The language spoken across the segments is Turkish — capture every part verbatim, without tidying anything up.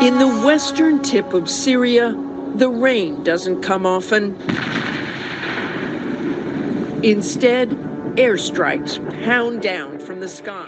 In the western tip of Syria, the rain doesn't come often. Instead, airstrikes pound down from the sky.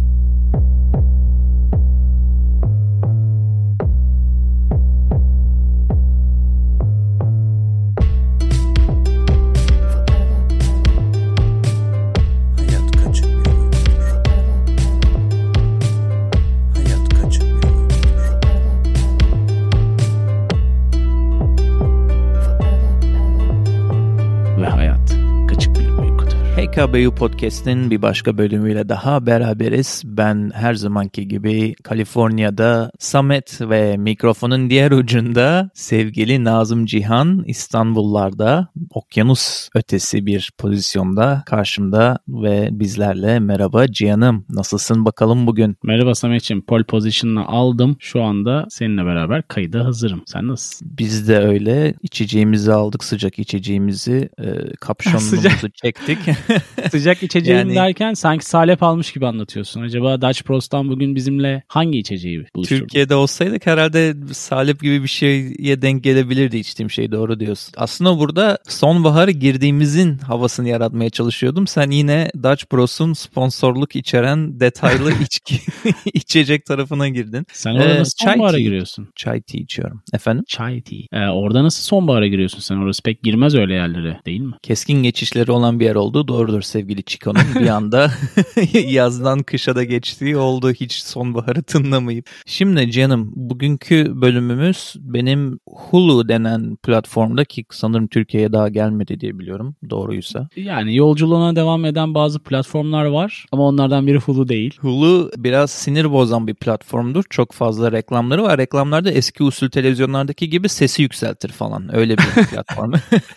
K B U Podcast'in bir başka bölümüyle daha beraberiz. Ben her zamanki gibi Kaliforniya'da Samet ve mikrofonun diğer ucunda sevgili Nazım Cihan İstanbullarda okyanus ötesi bir pozisyonda karşımda ve bizlerle. Merhaba Cihan'ım, nasılsın bakalım bugün? Merhaba Samet'ciğim, pole position'ını aldım. Şu anda seninle beraber kayıda hazırım. Sen nasılsın? Biz de öyle. İçeceğimizi aldık, sıcak içeceğimizi, e, kapşonumuzu çektik. Sıcak içeceğim yani, derken sanki salep almış gibi anlatıyorsun. Acaba Dutch Prost'tan bugün bizimle hangi içeceği buluşturdun? Türkiye'de olsaydık herhalde salep gibi bir şeye denk gelebilirdi içtiğim şey, doğru diyorsun. Aslında burada sonbaharı girdiğimizin havasını yaratmaya çalışıyordum. Sen yine Dutch Prost'un sponsorluk içeren detaylı içki içecek tarafına girdin. Sen orada ee, nasıl sonbahara tea. giriyorsun? Çay tea içiyorum. Efendim? Çay tea. Ee, orada nasıl sonbahara giriyorsun sen? Orası pek girmez öyle yerlere, değil mi? Keskin geçişleri olan bir yer olduğu doğrudur sevgili Chico'nun. Bir anda yazdan kışa da geçtiği oldu, hiç sonbaharı tınlamayıp. Şimdi canım, bugünkü bölümümüz benim Hulu denen platformda, ki sanırım Türkiye'ye daha gelmedi diye biliyorum, doğruysa. Yani yolculuğuna devam eden bazı platformlar var ama onlardan biri Hulu değil. Hulu biraz sinir bozan bir platformdur. Çok fazla reklamları var. Reklamlarda eski usul televizyonlardaki gibi sesi yükseltir falan. Öyle bir platform.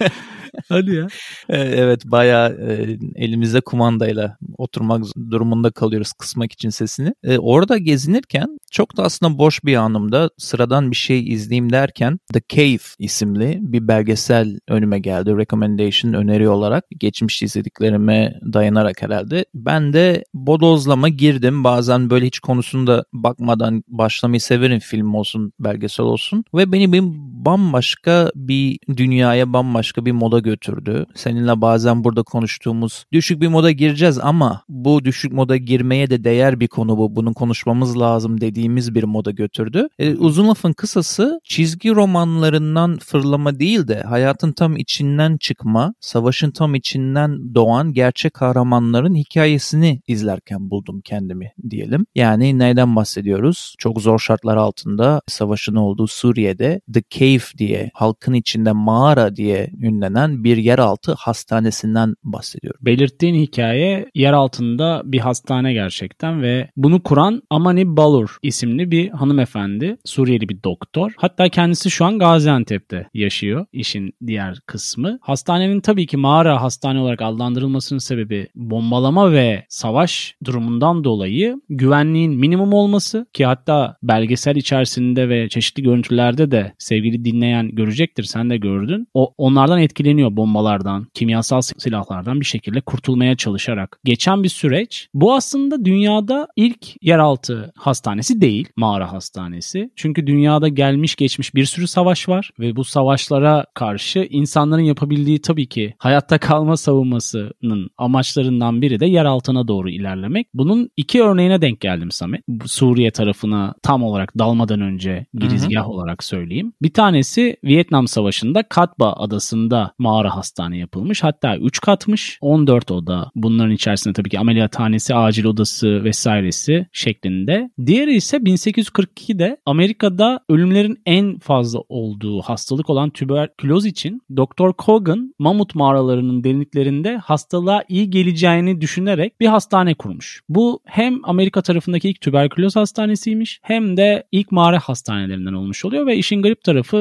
Hadi ya. Evet, bayağı e, elimizde kumandayla oturmak durumunda kalıyoruz kısmak için sesini. E, orada gezinirken çok da aslında boş bir anımda sıradan bir şey izleyeyim derken The Cave isimli bir belgesel önüme geldi. Recommendation, öneri olarak, geçmiş izlediklerime dayanarak herhalde. Ben de bodozlama girdim. Bazen böyle hiç konusunu da bakmadan başlamayı severim, film olsun belgesel olsun. Ve beni bir bambaşka bir dünyaya, bambaşka bir moda götürdü. Seninle bazen burada konuştuğumuz düşük bir moda gireceğiz ama bu düşük moda girmeye de değer bir konu bu. Bunu konuşmamız lazım dediğimiz bir moda götürdü. E, uzun lafın kısası, çizgi romanlarından fırlama değil de hayatın tam içinden çıkma, savaşın tam içinden doğan gerçek kahramanların hikayesini izlerken buldum kendimi diyelim. Yani neyden bahsediyoruz? Çok zor şartlar altında savaşın olduğu Suriye'de The Cave diye, halkın içinde mağara diye ünlenen bir yeraltı hastanesinden bahsediyorum. Belirttiğin hikaye yer altında bir hastane gerçekten ve bunu kuran Amani Balur isimli bir hanımefendi, Suriyeli bir doktor. Hatta kendisi şu an Gaziantep'te yaşıyor, işin diğer kısmı. Hastanenin tabii ki mağara hastane olarak adlandırılmasının sebebi bombalama ve savaş durumundan dolayı güvenliğin minimum olması, ki hatta belgesel içerisinde ve çeşitli görüntülerde de sevgili dinleyen görecektir, sen de gördün. O onlardan etkileniyor, bombalardan, kimyasal silahlardan bir şekilde kurtulmaya çalışarak geçen bir süreç. Bu aslında dünyada ilk yeraltı hastanesi değil, mağara hastanesi. Çünkü dünyada gelmiş geçmiş bir sürü savaş var ve bu savaşlara karşı insanların yapabildiği tabii ki hayatta kalma savunmasının amaçlarından biri de yer altına doğru ilerlemek. Bunun iki örneğine denk geldim Samet. Bu Suriye tarafına tam olarak dalmadan önce girizgah hı hı. olarak söyleyeyim. Bir tanesi Vietnam Savaşı'nda Katba adasında mağara hastane yapılmış. Hatta üç katmış. on dört oda. Bunların içerisinde tabii ki ameliyathanesi, acil odası vesairesi şeklinde. Diğeri ise bin sekiz yüz kırk ikide Amerika'da ölümlerin en fazla olduğu hastalık olan tüberküloz için Doktor Kogan mamut mağaralarının derinliklerinde hastalığa iyi geleceğini düşünerek bir hastane kurmuş. Bu hem Amerika tarafındaki ilk tüberküloz hastanesiymiş hem de ilk mağara hastanelerinden olmuş oluyor ve işin garip tarafı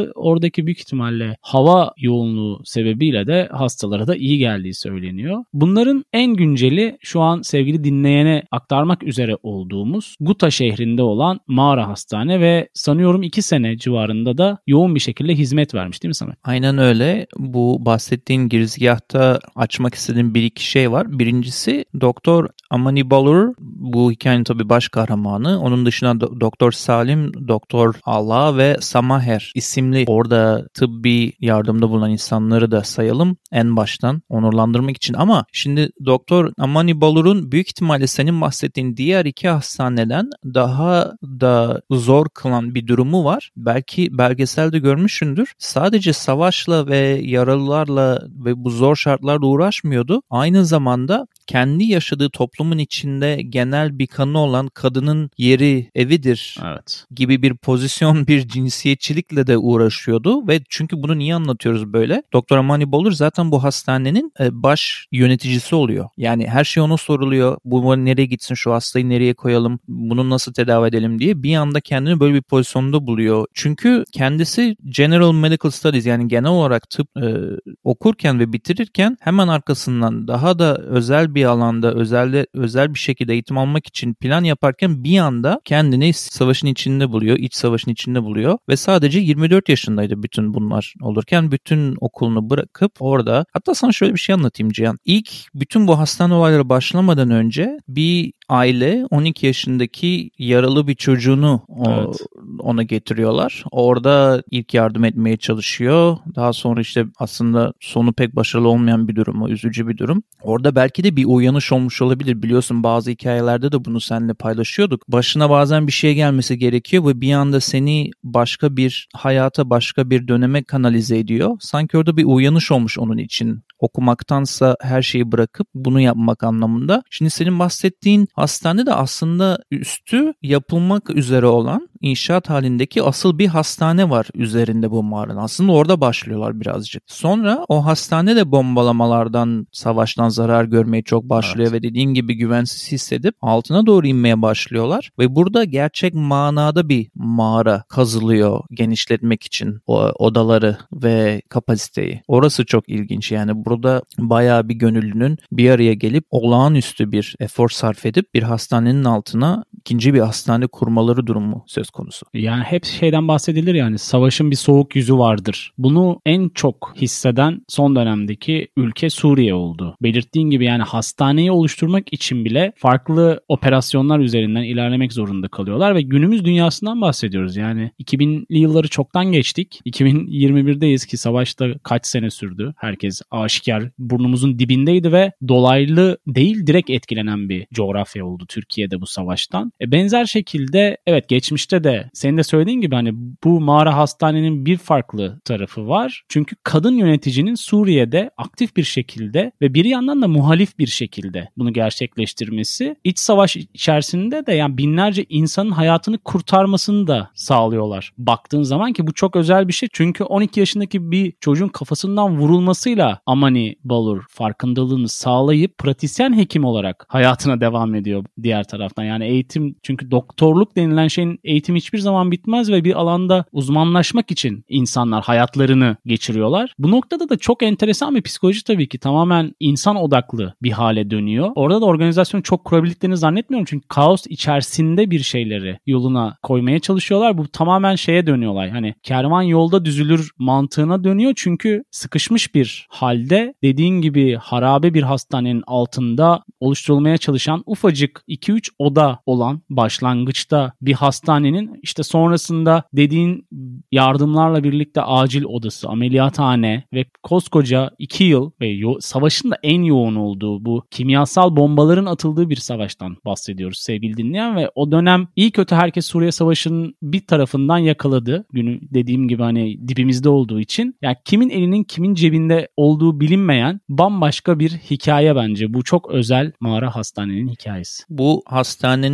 alakalı. Oradaki büyük ihtimalle hava yoğunluğu sebebiyle de hastalara da iyi geldiği söyleniyor. Bunların en günceli şu an sevgili dinleyene aktarmak üzere olduğumuz Guta şehrinde olan mağara hastane ve sanıyorum iki sene civarında da yoğun bir şekilde hizmet vermiş değil mi Samet? Aynen öyle. Bu bahsettiğin girizgahta açmak istediğim bir iki şey var. Birincisi Doktor Amani Balur, bu hikayenin tabii baş kahramanı. Onun dışında Do- Doktor Salim, Doktor Allah ve Samaher isimli orada tıbbi yardımda bulunan insanları da sayalım en baştan onurlandırmak için. Ama şimdi Doktor Amani Balur'un büyük ihtimalle senin bahsettiğin diğer iki hastaneden daha da zor kılan bir durumu var. Belki belgeselde görmüşsündür. Sadece savaşla ve yaralılarla ve bu zor şartlarla uğraşmıyordu. Aynı zamanda kendi yaşadığı toplumun içinde genel bir kanı olan kadının yeri evidir evet. gibi bir pozisyon, bir cinsiyetçilikle de uğraşıyordu ve çünkü bunu niye anlatıyoruz böyle? Doktor Amani Balur zaten bu hastanenin baş yöneticisi oluyor. Yani her şey ona soruluyor. Bu nereye gitsin, şu hastayı nereye koyalım, bunu nasıl tedavi edelim diye bir anda kendini böyle bir pozisyonda buluyor. Çünkü kendisi General Medical Studies yani genel olarak tıp e, okurken ve bitirirken hemen arkasından daha da özel bir alanda özelde özel bir şekilde eğitim almak için plan yaparken bir anda kendini savaşın içinde buluyor, iç savaşın içinde buluyor ve sadece yirmi dört yaşındaydı bütün bunlar olurken bütün okulunu bırakıp orada. Hatta sana şöyle bir şey anlatayım Cihan. İlk bütün bu hastane olayları başlamadan önce bir aile on iki yaşındaki yaralı bir çocuğunu evet. ona getiriyorlar. Orada ilk yardım etmeye çalışıyor. Daha sonra işte aslında sonu pek başarılı olmayan bir durum, o üzücü bir durum. Orada belki de bir uyanış olmuş olabilir. Biliyorsun bazı hikayelerde de bunu seninle paylaşıyorduk. Başına bazen bir şey gelmesi gerekiyor ve bir anda seni başka bir hayata, başka bir döneme kanalize ediyor. Sanki orada bir uyanış olmuş onun için. Okumaktansa her şeyi bırakıp bunu yapmak anlamında. Şimdi senin bahsettiğin hastane de aslında üstü yapılmak üzere olan inşaat halindeki asıl bir hastane var üzerinde bu mağaranın. Aslında orada başlıyorlar birazcık. Sonra o hastane de bombalamalardan, savaştan zarar görmeye çok başlıyor evet. Ve dediğin gibi güvensiz hissedip altına doğru inmeye başlıyorlar. Ve burada gerçek manada bir mağara kazılıyor genişletmek için o odaları ve kapasiteyi. Orası çok ilginç yani. Burada bayağı bir gönüllünün bir araya gelip olağanüstü bir efor sarf edip bir hastanenin altına ikinci bir hastane kurmaları durumu söz konusu. Yani hep şeyden bahsedilir yani savaşın bir soğuk yüzü vardır. Bunu en çok hisseden son dönemdeki ülke Suriye oldu. Belirttiğin gibi yani hastaneyi oluşturmak için bile farklı operasyonlar üzerinden ilerlemek zorunda kalıyorlar ve günümüz dünyasından bahsediyoruz. Yani iki binli yılları çoktan geçtik. iki bin yirmi birdeyiz ki savaşta kaç sene sürdü. Herkes aşikar burnumuzun dibindeydi ve dolaylı değil direkt etkilenen bir coğrafya oldu Türkiye'de bu savaştan. E benzer şekilde evet geçmişte de senin de söylediğin gibi hani bu mağara hastanenin bir farklı tarafı var. Çünkü kadın yöneticinin Suriye'de aktif bir şekilde ve bir yandan da muhalif bir şekilde bunu gerçekleştirmesi iç savaş içerisinde de yani binlerce insanın hayatını kurtarmasını da sağlıyorlar. Baktığın zaman ki bu çok özel bir şey. Çünkü on iki yaşındaki bir çocuğun kafasından vurulmasıyla Amani Balur farkındalığını sağlayıp pratisyen hekim olarak hayatına devam ediyor diğer taraftan. Yani eğitim çünkü doktorluk denilen şeyin eğitim hiçbir zaman bitmez ve bir alanda uzmanlaşmak için insanlar hayatlarını geçiriyorlar. Bu noktada da çok enteresan bir psikoloji tabii ki tamamen insan odaklı bir hale dönüyor. Orada da organizasyonu çok kurabildiklerini zannetmiyorum çünkü kaos içerisinde bir şeyleri yoluna koymaya çalışıyorlar. Bu tamamen şeye dönüyorlar. Hani kervan yolda düzülür mantığına dönüyor çünkü sıkışmış bir halde dediğin gibi harabe bir hastanenin altında oluşturulmaya çalışan ufacık iki üç oda olan başlangıçta bir hastanenin işte sonrasında dediğin yardımlarla birlikte acil odası, ameliyathane ve koskoca iki yıl ve yo- savaşın da en yoğun olduğu bu kimyasal bombaların atıldığı bir savaştan bahsediyoruz sevgili dinleyen ve o dönem iyi kötü herkes Suriye Savaşı'nın bir tarafından yakaladı. Günü dediğim gibi hani dibimizde olduğu için. Yani kimin elinin kimin cebinde olduğu bilinmeyen bambaşka bir hikaye bence. Bu çok özel mağara hastanenin hikayesi. Bu hastanenin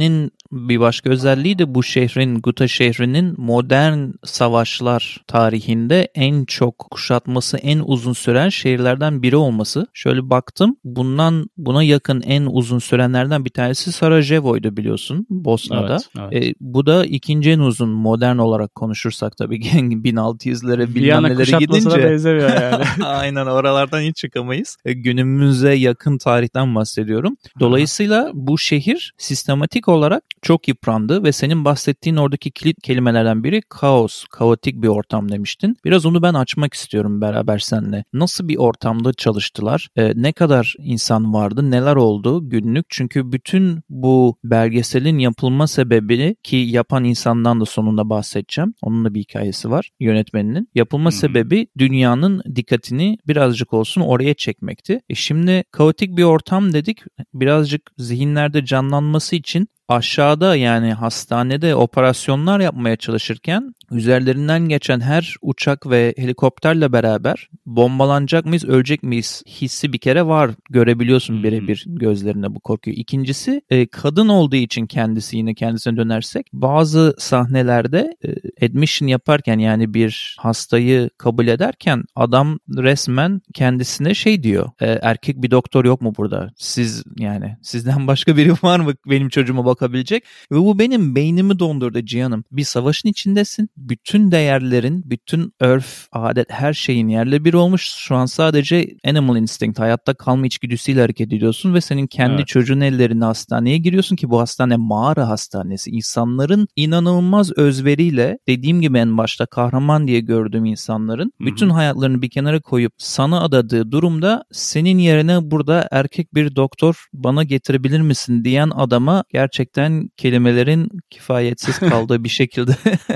bir başka özelliği de bu şehrin, Guta şehrinin modern savaşlar tarihinde en çok kuşatması, en uzun süren şehirlerden biri olması. Şöyle baktım, bundan buna yakın en uzun sürenlerden bir tanesi Sarajevo'ydu biliyorsun, Bosna'da. Evet, evet. E, bu da ikinci en uzun modern olarak konuşursak tabii bin altı yüzlere bilmem nelere gidince. benzemiyor yani. Aynen, oralardan hiç çıkamayız. E, günümüze yakın tarihten bahsediyorum. Dolayısıyla bu şehir sistematik olarak çok yıprandı ve senin bahsettiğin oradaki kilit kelimelerden biri kaos, kaotik bir ortam demiştin. Biraz onu ben açmak istiyorum beraber seninle. Nasıl bir ortamda çalıştılar? E, ne kadar insan vardı? Neler oldu günlük? Çünkü bütün bu belgeselin yapılma sebebini, ki yapan insandan da sonunda bahsedeceğim. Onun da bir hikayesi var yönetmeninin. Yapılma hmm. sebebi dünyanın dikkatini birazcık olsun oraya çekmekti. E şimdi kaotik bir ortam dedik. Birazcık zihinlerde canlanması için aşağıda, yani hastanede operasyonlar yapmaya çalışırken üzerlerinden geçen her uçak ve helikopterle beraber bombalanacak mıyız, ölecek miyiz hissi bir kere var. Görebiliyorsun birebir gözlerine bu korkuyu. İkincisi, e, kadın olduğu için kendisi, yine kendisine dönersek, bazı sahnelerde e, admission yaparken, yani bir hastayı kabul ederken adam resmen kendisine şey diyor. E, erkek bir doktor yok mu burada? Siz, yani sizden başka biri var mı benim çocuğuma bakabilecek? Ve bu benim beynimi dondurdu Cihan'ım. Bir savaşın içindesin. Bütün değerlerin, bütün örf, adet, her şeyin yerle bir olmuş. Şu an sadece animal instinct, hayatta kalma içgüdüsüyle hareket ediyorsun ve senin kendi evet. çocuğun ellerine hastaneye giriyorsun ki bu hastane mağara hastanesi. İnsanların inanılmaz özveriyle, dediğim gibi en başta kahraman diye gördüğüm insanların Hı-hı. bütün hayatlarını bir kenara koyup sana adadığı durumda senin yerine burada erkek bir doktor bana getirebilir misin diyen adama gerçekten kelimelerin kifayetsiz kaldığı bir şekilde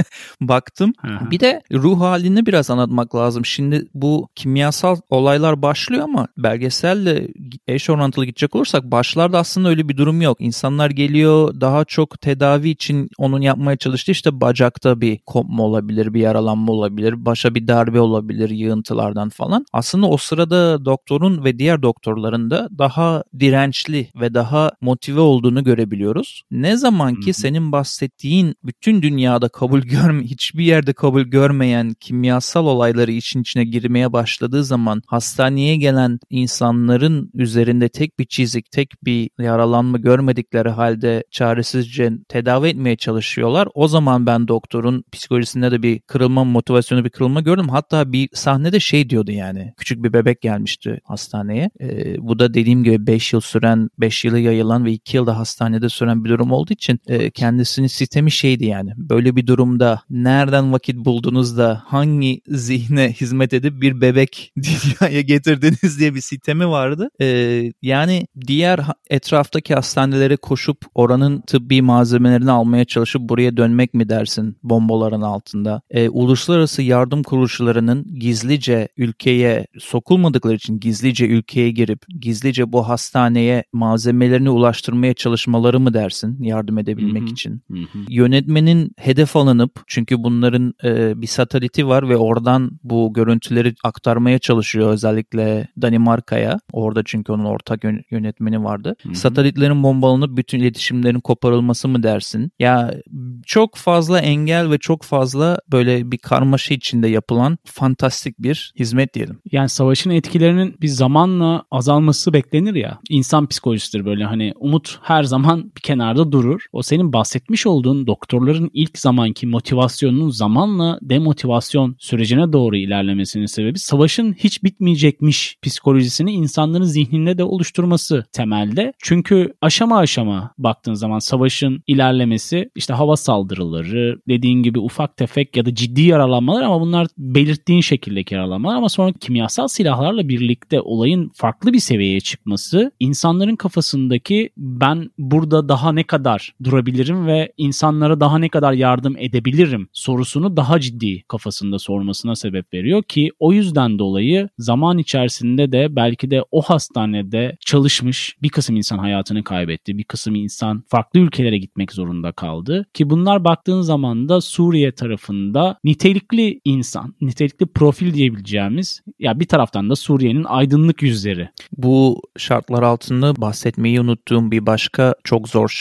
baktım. Hı-hı. Bir de ruh halini biraz anlatmak lazım. Şimdi bu kimyasal olaylar başlıyor ama belgeselle eş orantılı gidecek olursak başlarda aslında öyle bir durum yok. İnsanlar geliyor, daha çok tedavi için onun yapmaya çalıştığı işte bacakta bir kopma olabilir, bir yaralanma olabilir, başa bir darbe olabilir yığıntılardan falan. Aslında o sırada doktorun ve diğer doktorların da daha dirençli ve daha motive olduğunu görebiliyoruz. Ne zaman ki senin bahsettiğin bütün dünyada kabul görme, hiçbir yerde kabul görmeyen kimyasal olayları için içine girmeye başladığı zaman hastaneye gelen insanların üzerinde tek bir çizik, tek bir yaralanma görmedikleri halde çaresizce tedavi etmeye çalışıyorlar. O zaman ben doktorun psikolojisinde de bir kırılma, motivasyonu bir kırılma gördüm. Hatta bir sahnede şey diyordu, yani küçük bir bebek gelmişti hastaneye. Ee, bu da dediğim gibi beş yıl süren, beş yılı yayılan ve iki yılda hastanede süren bir durum olduğu için e, kendisinin sistemi şeydi, yani böyle bir durumda nereden vakit buldunuz da hangi zihne hizmet edip bir bebek dünyaya getirdiniz diye bir sistemi vardı. Ee, yani diğer etraftaki hastanelere koşup oranın tıbbi malzemelerini almaya çalışıp buraya dönmek mi dersin bombaların altında? Ee, uluslararası yardım kuruluşlarının gizlice ülkeye sokulmadıkları için gizlice ülkeye girip gizlice bu hastaneye malzemelerini ulaştırmaya çalışmaları mı dersin yardım edebilmek Hı-hı. için? Hı-hı. Yönetmenin hedef alınıp, çünkü bunların e, bir sateliti var ve oradan bu görüntüleri aktarmaya çalışıyor özellikle Danimarka'ya. Orada çünkü onun ortak yönetmeni vardı. Hı-hı. Satelitlerin bombalanıp bütün iletişimlerin koparılması mı dersin? Ya çok fazla engel ve çok fazla böyle bir karmaşa içinde yapılan fantastik bir hizmet diyelim. Yani savaşın etkilerinin bir zamanla azalması beklenir ya. İnsan psikolojisidir böyle, hani umut her zaman bir kenarda durur. O senin bahsetmiş olduğun doktorların ilk zamanki motivasyonunun zamanla demotivasyon sürecine doğru ilerlemesinin sebebi savaşın hiç bitmeyecekmiş psikolojisini insanların zihninde de oluşturması temelde. Çünkü aşama aşama baktığın zaman savaşın ilerlemesi, işte hava saldırıları, dediğin gibi ufak tefek ya da ciddi yaralanmalar, ama bunlar belirttiğin şekildeki yaralanmalar, ama sonra kimyasal silahlarla birlikte olayın farklı bir seviyeye çıkması, insanların kafasındaki ben burada daha ne kadar durabilirim ve insanlara daha ne kadar yardım edebilirim sorusunu daha ciddi kafasında sormasına sebep veriyor ki o yüzden dolayı zaman içerisinde de belki de o hastanede çalışmış bir kısım insan hayatını kaybetti. Bir kısım insan farklı ülkelere gitmek zorunda kaldı ki bunlar baktığın zaman da Suriye tarafında nitelikli insan, nitelikli profil diyebileceğimiz, ya bir taraftan da Suriye'nin aydınlık yüzleri. Bu şartlar altında bahsetmeyi unuttuğum bir başka çok zor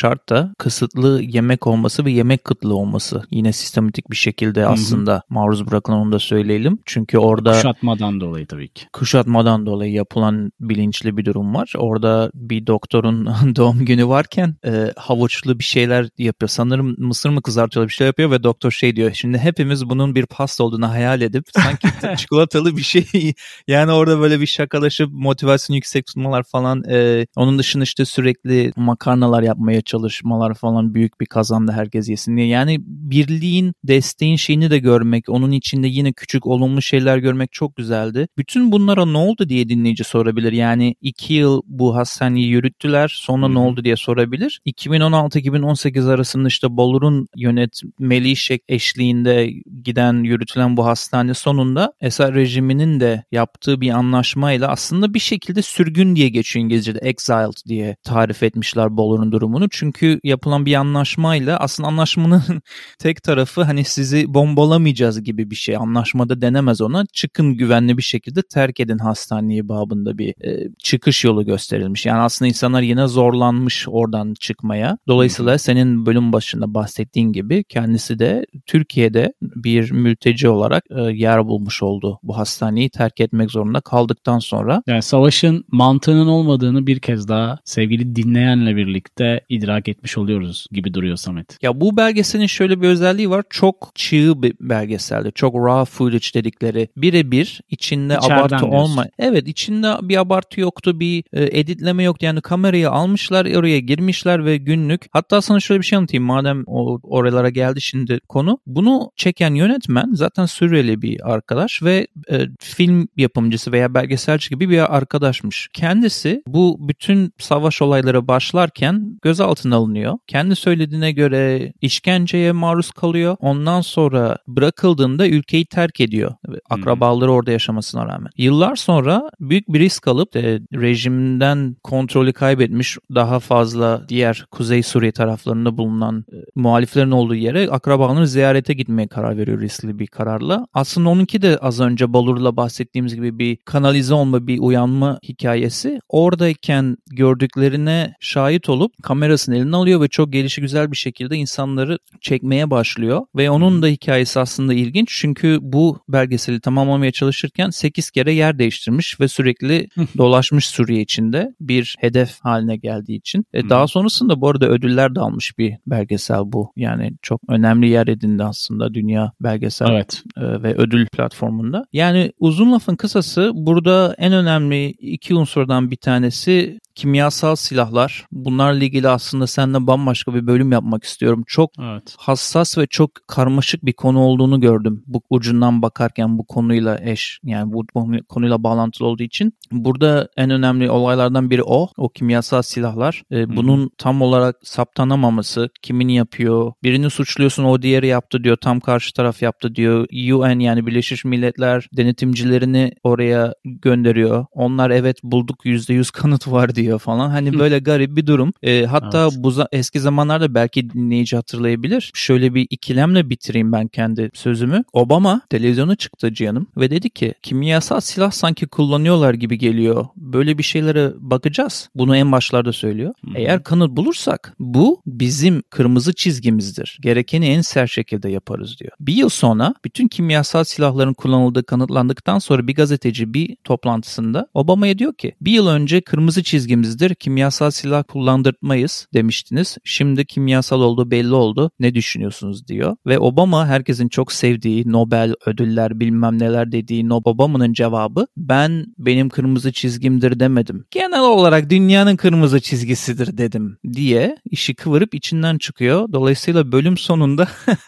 şart da kısıtlı yemek olması ve yemek kıtlığı olması. Yine sistematik bir şekilde aslında Hı-hı. maruz bırakılan, onu da söyleyelim. Çünkü orada kuşatmadan dolayı tabii ki. Kuşatmadan dolayı yapılan bilinçli bir durum var. Orada bir doktorun doğum günü varken e, havuçlu bir şeyler yapıyor. Sanırım mısır mı kızartıyorlar, bir şey yapıyor ve doktor şey diyor. Şimdi hepimiz bunun bir pasta olduğunu hayal edip sanki çikolatalı bir şey, yani orada böyle bir şakalaşıp motivasyonu yüksek tutmalar falan. E, onun dışında işte sürekli makarnalar yapmaya çalışmalar falan, büyük bir kazandı herkes yesin diye. Yani birliğin, desteğin şeyini de görmek, onun içinde yine küçük olumlu şeyler görmek çok güzeldi. Bütün bunlara ne oldu diye dinleyici sorabilir. Yani iki yıl bu hastaneyi yürüttüler, sonra Hı-hı. ne oldu diye sorabilir. iki bin on altı iki bin on sekiz arasında işte Bolur'un yönetmeliği eşliğinde giden, yürütülen bu hastane sonunda Esad rejiminin de yaptığı bir anlaşmayla aslında bir şekilde sürgün diye geçiyor İngilizce'de, exiled diye tarif etmişler Bolur'un durumunu. Çünkü yapılan bir anlaşmayla, aslında anlaşmanın tek tarafı hani sizi bombalamayacağız gibi bir şey. Anlaşmada denemez ona. Çıkın, güvenli bir şekilde terk edin hastaneyi babında bir e, çıkış yolu gösterilmiş. Yani aslında insanlar yine zorlanmış oradan çıkmaya. Dolayısıyla senin bölüm başında bahsettiğin gibi kendisi de Türkiye'de bir mülteci olarak e, yer bulmuş oldu. Bu hastaneyi terk etmek zorunda kaldıktan sonra. Yani savaşın mantığının olmadığını bir kez daha sevgili dinleyenle birlikte idrak etmiş oluyoruz gibi duruyor Samet. Ya bu belgeselin şöyle bir özelliği var. Çok çığ bir belgeseldi. Çok raw footage dedikleri. Birebir içinde İçeriden abartı olma. Evet, içinde bir abartı yoktu, bir e, editleme yoktu. Yani kamerayı almışlar, oraya girmişler ve günlük. Hatta sana şöyle bir şey anlatayım madem o oralara geldi şimdi konu. Bunu çeken yönetmen zaten Suriyeli bir arkadaş ve e, film yapımcısı veya belgeselci gibi bir arkadaşmış. Kendisi bu bütün savaş olayları başlarken gözaltına alınıyor. Kendi söylediğine göre işkenceye maruz kalıyor. Ondan sonra bırakıldığında ülkeyi terk ediyor. Akrabaları hmm. orada yaşamasına rağmen. Yıllar sonra büyük bir risk alıp e, rejimden kontrolü kaybetmiş, daha fazla diğer Kuzey Suriye taraflarında bulunan e, muhaliflerin olduğu yere akrabalarını ziyarete gitmeye karar veriyor, riskli bir kararla. Aslında onunki de az önce Balur'la bahsettiğimiz gibi bir kanalize olma, bir uyanma hikayesi. Oradayken gördüklerine şahit olup kamerasını eline alıyor ve çok gelişigüzel bir şekilde insanları çekmeye başlıyor. Ve onun da hikayesi aslında ilginç. Çünkü bu belgeseli tamamlamaya çalışırken sekiz kere yer değiştirmiş ve sürekli dolaşmış Suriye içinde, bir hedef haline geldiği için. E daha sonrasında bu arada ödüller de almış bir belgesel bu. Yani çok önemli yer edindi aslında dünya belgesel evet. e, ve ödül platformunda. Yani uzun lafın kısası, burada en önemli iki unsurdan bir tanesi kimyasal silahlar. Bunlarla ilgili aslında seninle bambaşka bir bölüm yapmak istiyorum. Çok evet. hassas ve çok karmaşık bir konu olduğunu gördüm. Bu ucundan bakarken bu konuyla eş, yani bu konuyla bağlantılı olduğu için. Burada en önemli olaylardan biri o. O kimyasal silahlar. Ee, bunun tam olarak saptanamaması, kimin yapıyor, birini suçluyorsun, o diğeri yaptı diyor, tam karşı taraf yaptı diyor. U N yani Birleşmiş Milletler denetimcilerini oraya gönderiyor. Onlar evet bulduk, yüzde yüz kanıt var diyor falan. Hani böyle garip bir durum. E, hatta evet. bu za- eski zamanlarda belki dinleyici hatırlayabilir. Şöyle bir ikilemle bitireyim ben kendi sözümü. Obama televizyona çıktı canım ve dedi ki kimyasal silah sanki kullanıyorlar gibi geliyor. Böyle bir şeylere bakacağız. Bunu en başlarda söylüyor. Hmm. Eğer kanıt bulursak bu bizim kırmızı çizgimizdir. Gerekeni en sert şekilde yaparız diyor. Bir yıl sonra bütün kimyasal silahların kullanıldığı kanıtlandıktan sonra bir gazeteci bir toplantısında Obama'ya diyor ki bir yıl önce kırmızı çizgimizdir, kimyasal silah kullandırtmayız demiştiniz. Şimdi kimyasal olduğu belli oldu. Ne düşünüyorsunuz diyor. Ve Obama, herkesin çok sevdiği, Nobel ödüller bilmem neler dediği Obama'nın cevabı, ben benim kırmızı çizgimdir demedim. Genel olarak dünyanın kırmızı çizgisidir dedim diye işi kıvırıp içinden çıkıyor. Dolayısıyla bölüm sonunda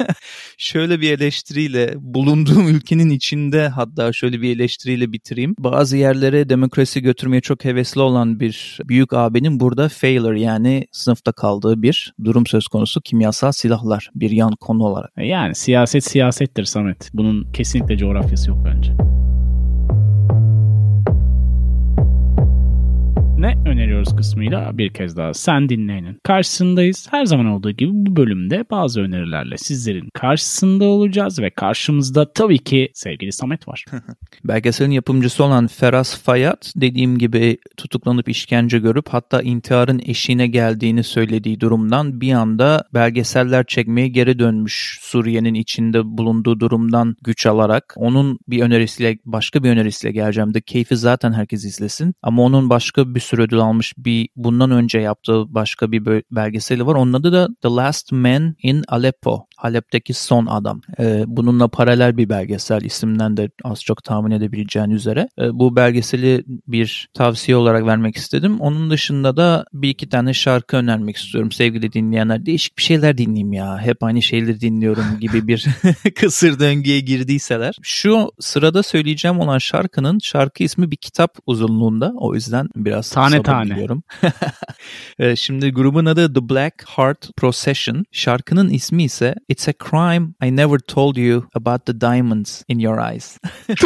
şöyle bir eleştiriyle, bulunduğum ülkenin içinde hatta şöyle bir eleştiriyle bitireyim. Bazı yerlere demokrasi götürmeye çok hevesli olan bir büyük abinin burada failure, yani sınıfta kaldığı bir durum söz konusu. Kimyasal silahlar bir yan konu olarak. Yani siyaset siyasettir Samet. Bunun kesinlikle coğrafyası yok bence. Ne öneriyoruz kısmıyla bir kez daha sen dinleyenin karşısındayız. Her zaman olduğu gibi bu bölümde bazı önerilerle sizlerin karşısında olacağız ve karşımızda tabii ki sevgili Samet var. Belgeselin yapımcısı olan Feras Fayat, dediğim gibi tutuklanıp işkence görüp hatta intiharın eşiğine geldiğini söylediği durumdan bir anda belgeseller çekmeye geri dönmüş. Suriye'nin içinde bulunduğu durumdan güç alarak. Onun bir önerisiyle, başka bir önerisiyle geleceğim. The Cave'i zaten herkes izlesin. Ama onun başka bir sürü ödül almış bir, bundan önce yaptığı başka bir belgeseli var. Onun adı da The Last Man in Aleppo. Halep'teki son adam. Ee, bununla paralel bir belgesel, isimden de az çok tahmin edebileceğin üzere. Ee, bu belgeseli bir tavsiye olarak vermek istedim. Onun dışında da bir iki tane şarkı önermek istiyorum sevgili dinleyenler. Değişik bir şeyler dinleyeyim ya. Hep aynı şeyleri dinliyorum gibi bir kısır döngüye girdiyseler. Şu sırada söyleyeceğim olan şarkının şarkı ismi bir kitap uzunluğunda. O yüzden biraz tane sabır tane diliyorum. Şimdi grubun adı The Black Heart Procession. Şarkının ismi ise It's a Crime I Never Told You About the Diamonds in Your Eyes.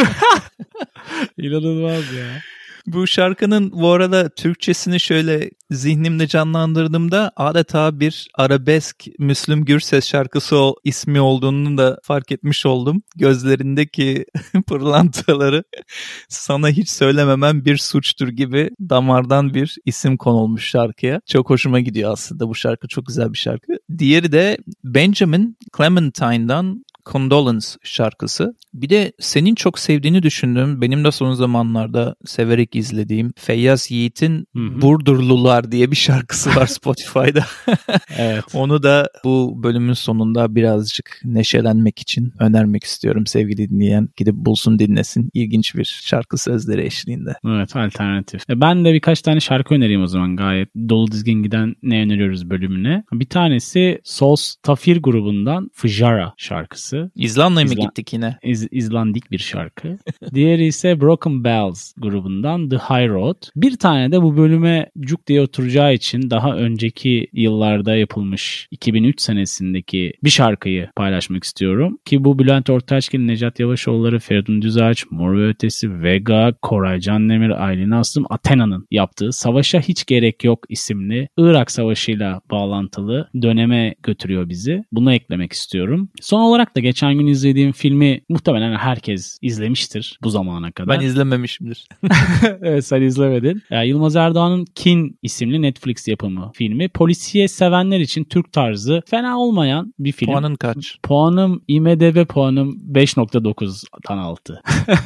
İnanılmaz ya. Bu şarkının bu arada Türkçesini şöyle zihnimde canlandırdığımda adeta bir arabesk Müslüm Gürses şarkısı o ismi olduğunu da fark etmiş oldum. Gözlerindeki pırlantaları sana hiç söylememem bir suçtur gibi damardan bir isim konulmuş şarkıya. Çok hoşuma gidiyor aslında bu şarkı. Çok güzel bir şarkı. Diğeri de Benjamin Clementine'dan Condolence şarkısı. Bir de senin çok sevdiğini düşündüğüm, benim de son zamanlarda severek izlediğim Feyyaz Yiğit'in Hı-hı. Burdurlular diye bir şarkısı var Spotify'da. Evet. Onu da bu bölümün sonunda birazcık neşelenmek için önermek istiyorum sevgili dinleyen. Gidip bulsun, dinlesin. İlginç bir şarkı sözleri eşliğinde. Evet, alternatif. Ben de birkaç tane şarkı önereyim o zaman, gayet dolu dizgin giden ne öneriyoruz bölümüne. Bir tanesi Sos Tafir grubundan Fıjara şarkısı. İzlanda'ya İzla- mı gittik yine? İz- İzlandik bir şarkı. Diğeri ise Broken Bells grubundan The High Road. Bir tane de bu bölüme cuk diye oturacağı için daha önceki yıllarda yapılmış iki bin üç senesindeki bir şarkıyı paylaşmak istiyorum. Ki bu Bülent Ortaçgil, Necat Yavaşoğulları, Feridun Düzağaç, Mor ve Ötesi, Vega, Koray Canlemir, Aylin Aslım, Athena'nın yaptığı Savaşa Hiç Gerek Yok isimli Irak Savaşı'yla bağlantılı döneme götürüyor bizi. Bunu eklemek istiyorum. Son olarak da geçen gün izlediğim filmi muhtemelen herkes izlemiştir bu zamana kadar. Ben izlememişimdir. Evet, sen izlemedin. Yani Yılmaz Erdoğan'ın Kin isimli Netflix yapımı filmi. Polisiye sevenler için Türk tarzı fena olmayan bir film. Puanın kaç? Puanım I M D B puanım beş nokta dokuzdan altı.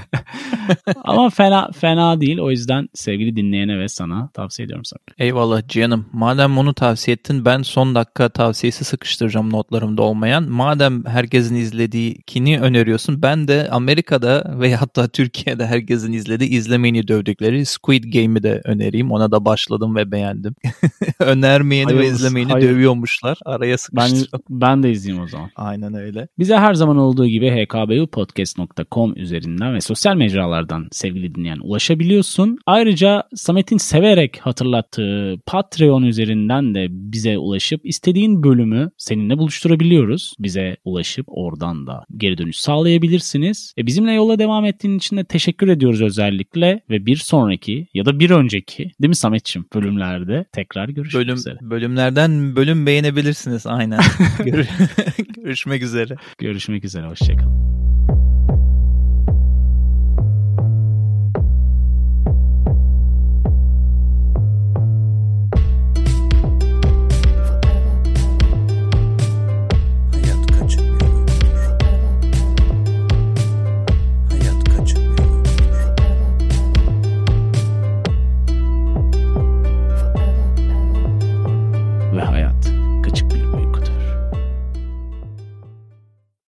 Ama fena fena değil. O yüzden sevgili dinleyene ve sana tavsiye ediyorum sana. Eyvallah canım. Madem onu tavsiye ettin, ben son dakika tavsiyesi sıkıştıracağım notlarımda olmayan. Madem herkesin izlediği Kin'i öneriyorsun, ben de Amerika'da ve hatta Türkiye'de herkesin izlediği, izlemeyeni dövdükleri Squid Game'i de önereyim. Ona da başladım ve beğendim. Önermeyeni hayır, ve izlemeyeni hayır. dövüyormuşlar. Araya sıkıştırdım. Ben, ben de izleyeyim o zaman. Aynen öyle. Bize her zaman olduğu gibi h k b u podcast nokta com üzerinden ve sosyal mecralardan sevgili dinleyen ulaşabiliyorsun. Ayrıca Samet'in severek hatırlattığı Patreon üzerinden de bize ulaşıp istediğin bölümü seninle buluşturabiliyoruz. Bize ulaşıp oradan da geri dönüş sağlayabilirsiniz. E bizimle yola devam ettiğin için de teşekkür ediyoruz özellikle ve bir sonraki ya da bir önceki, değil mi Samet'ciğim, bölümlerde tekrar görüşmek Bölüm, üzere. Bölümlerden bölüm beğenebilirsiniz aynen. Görüşmek üzere. Görüşmek üzere, hoşçakalın.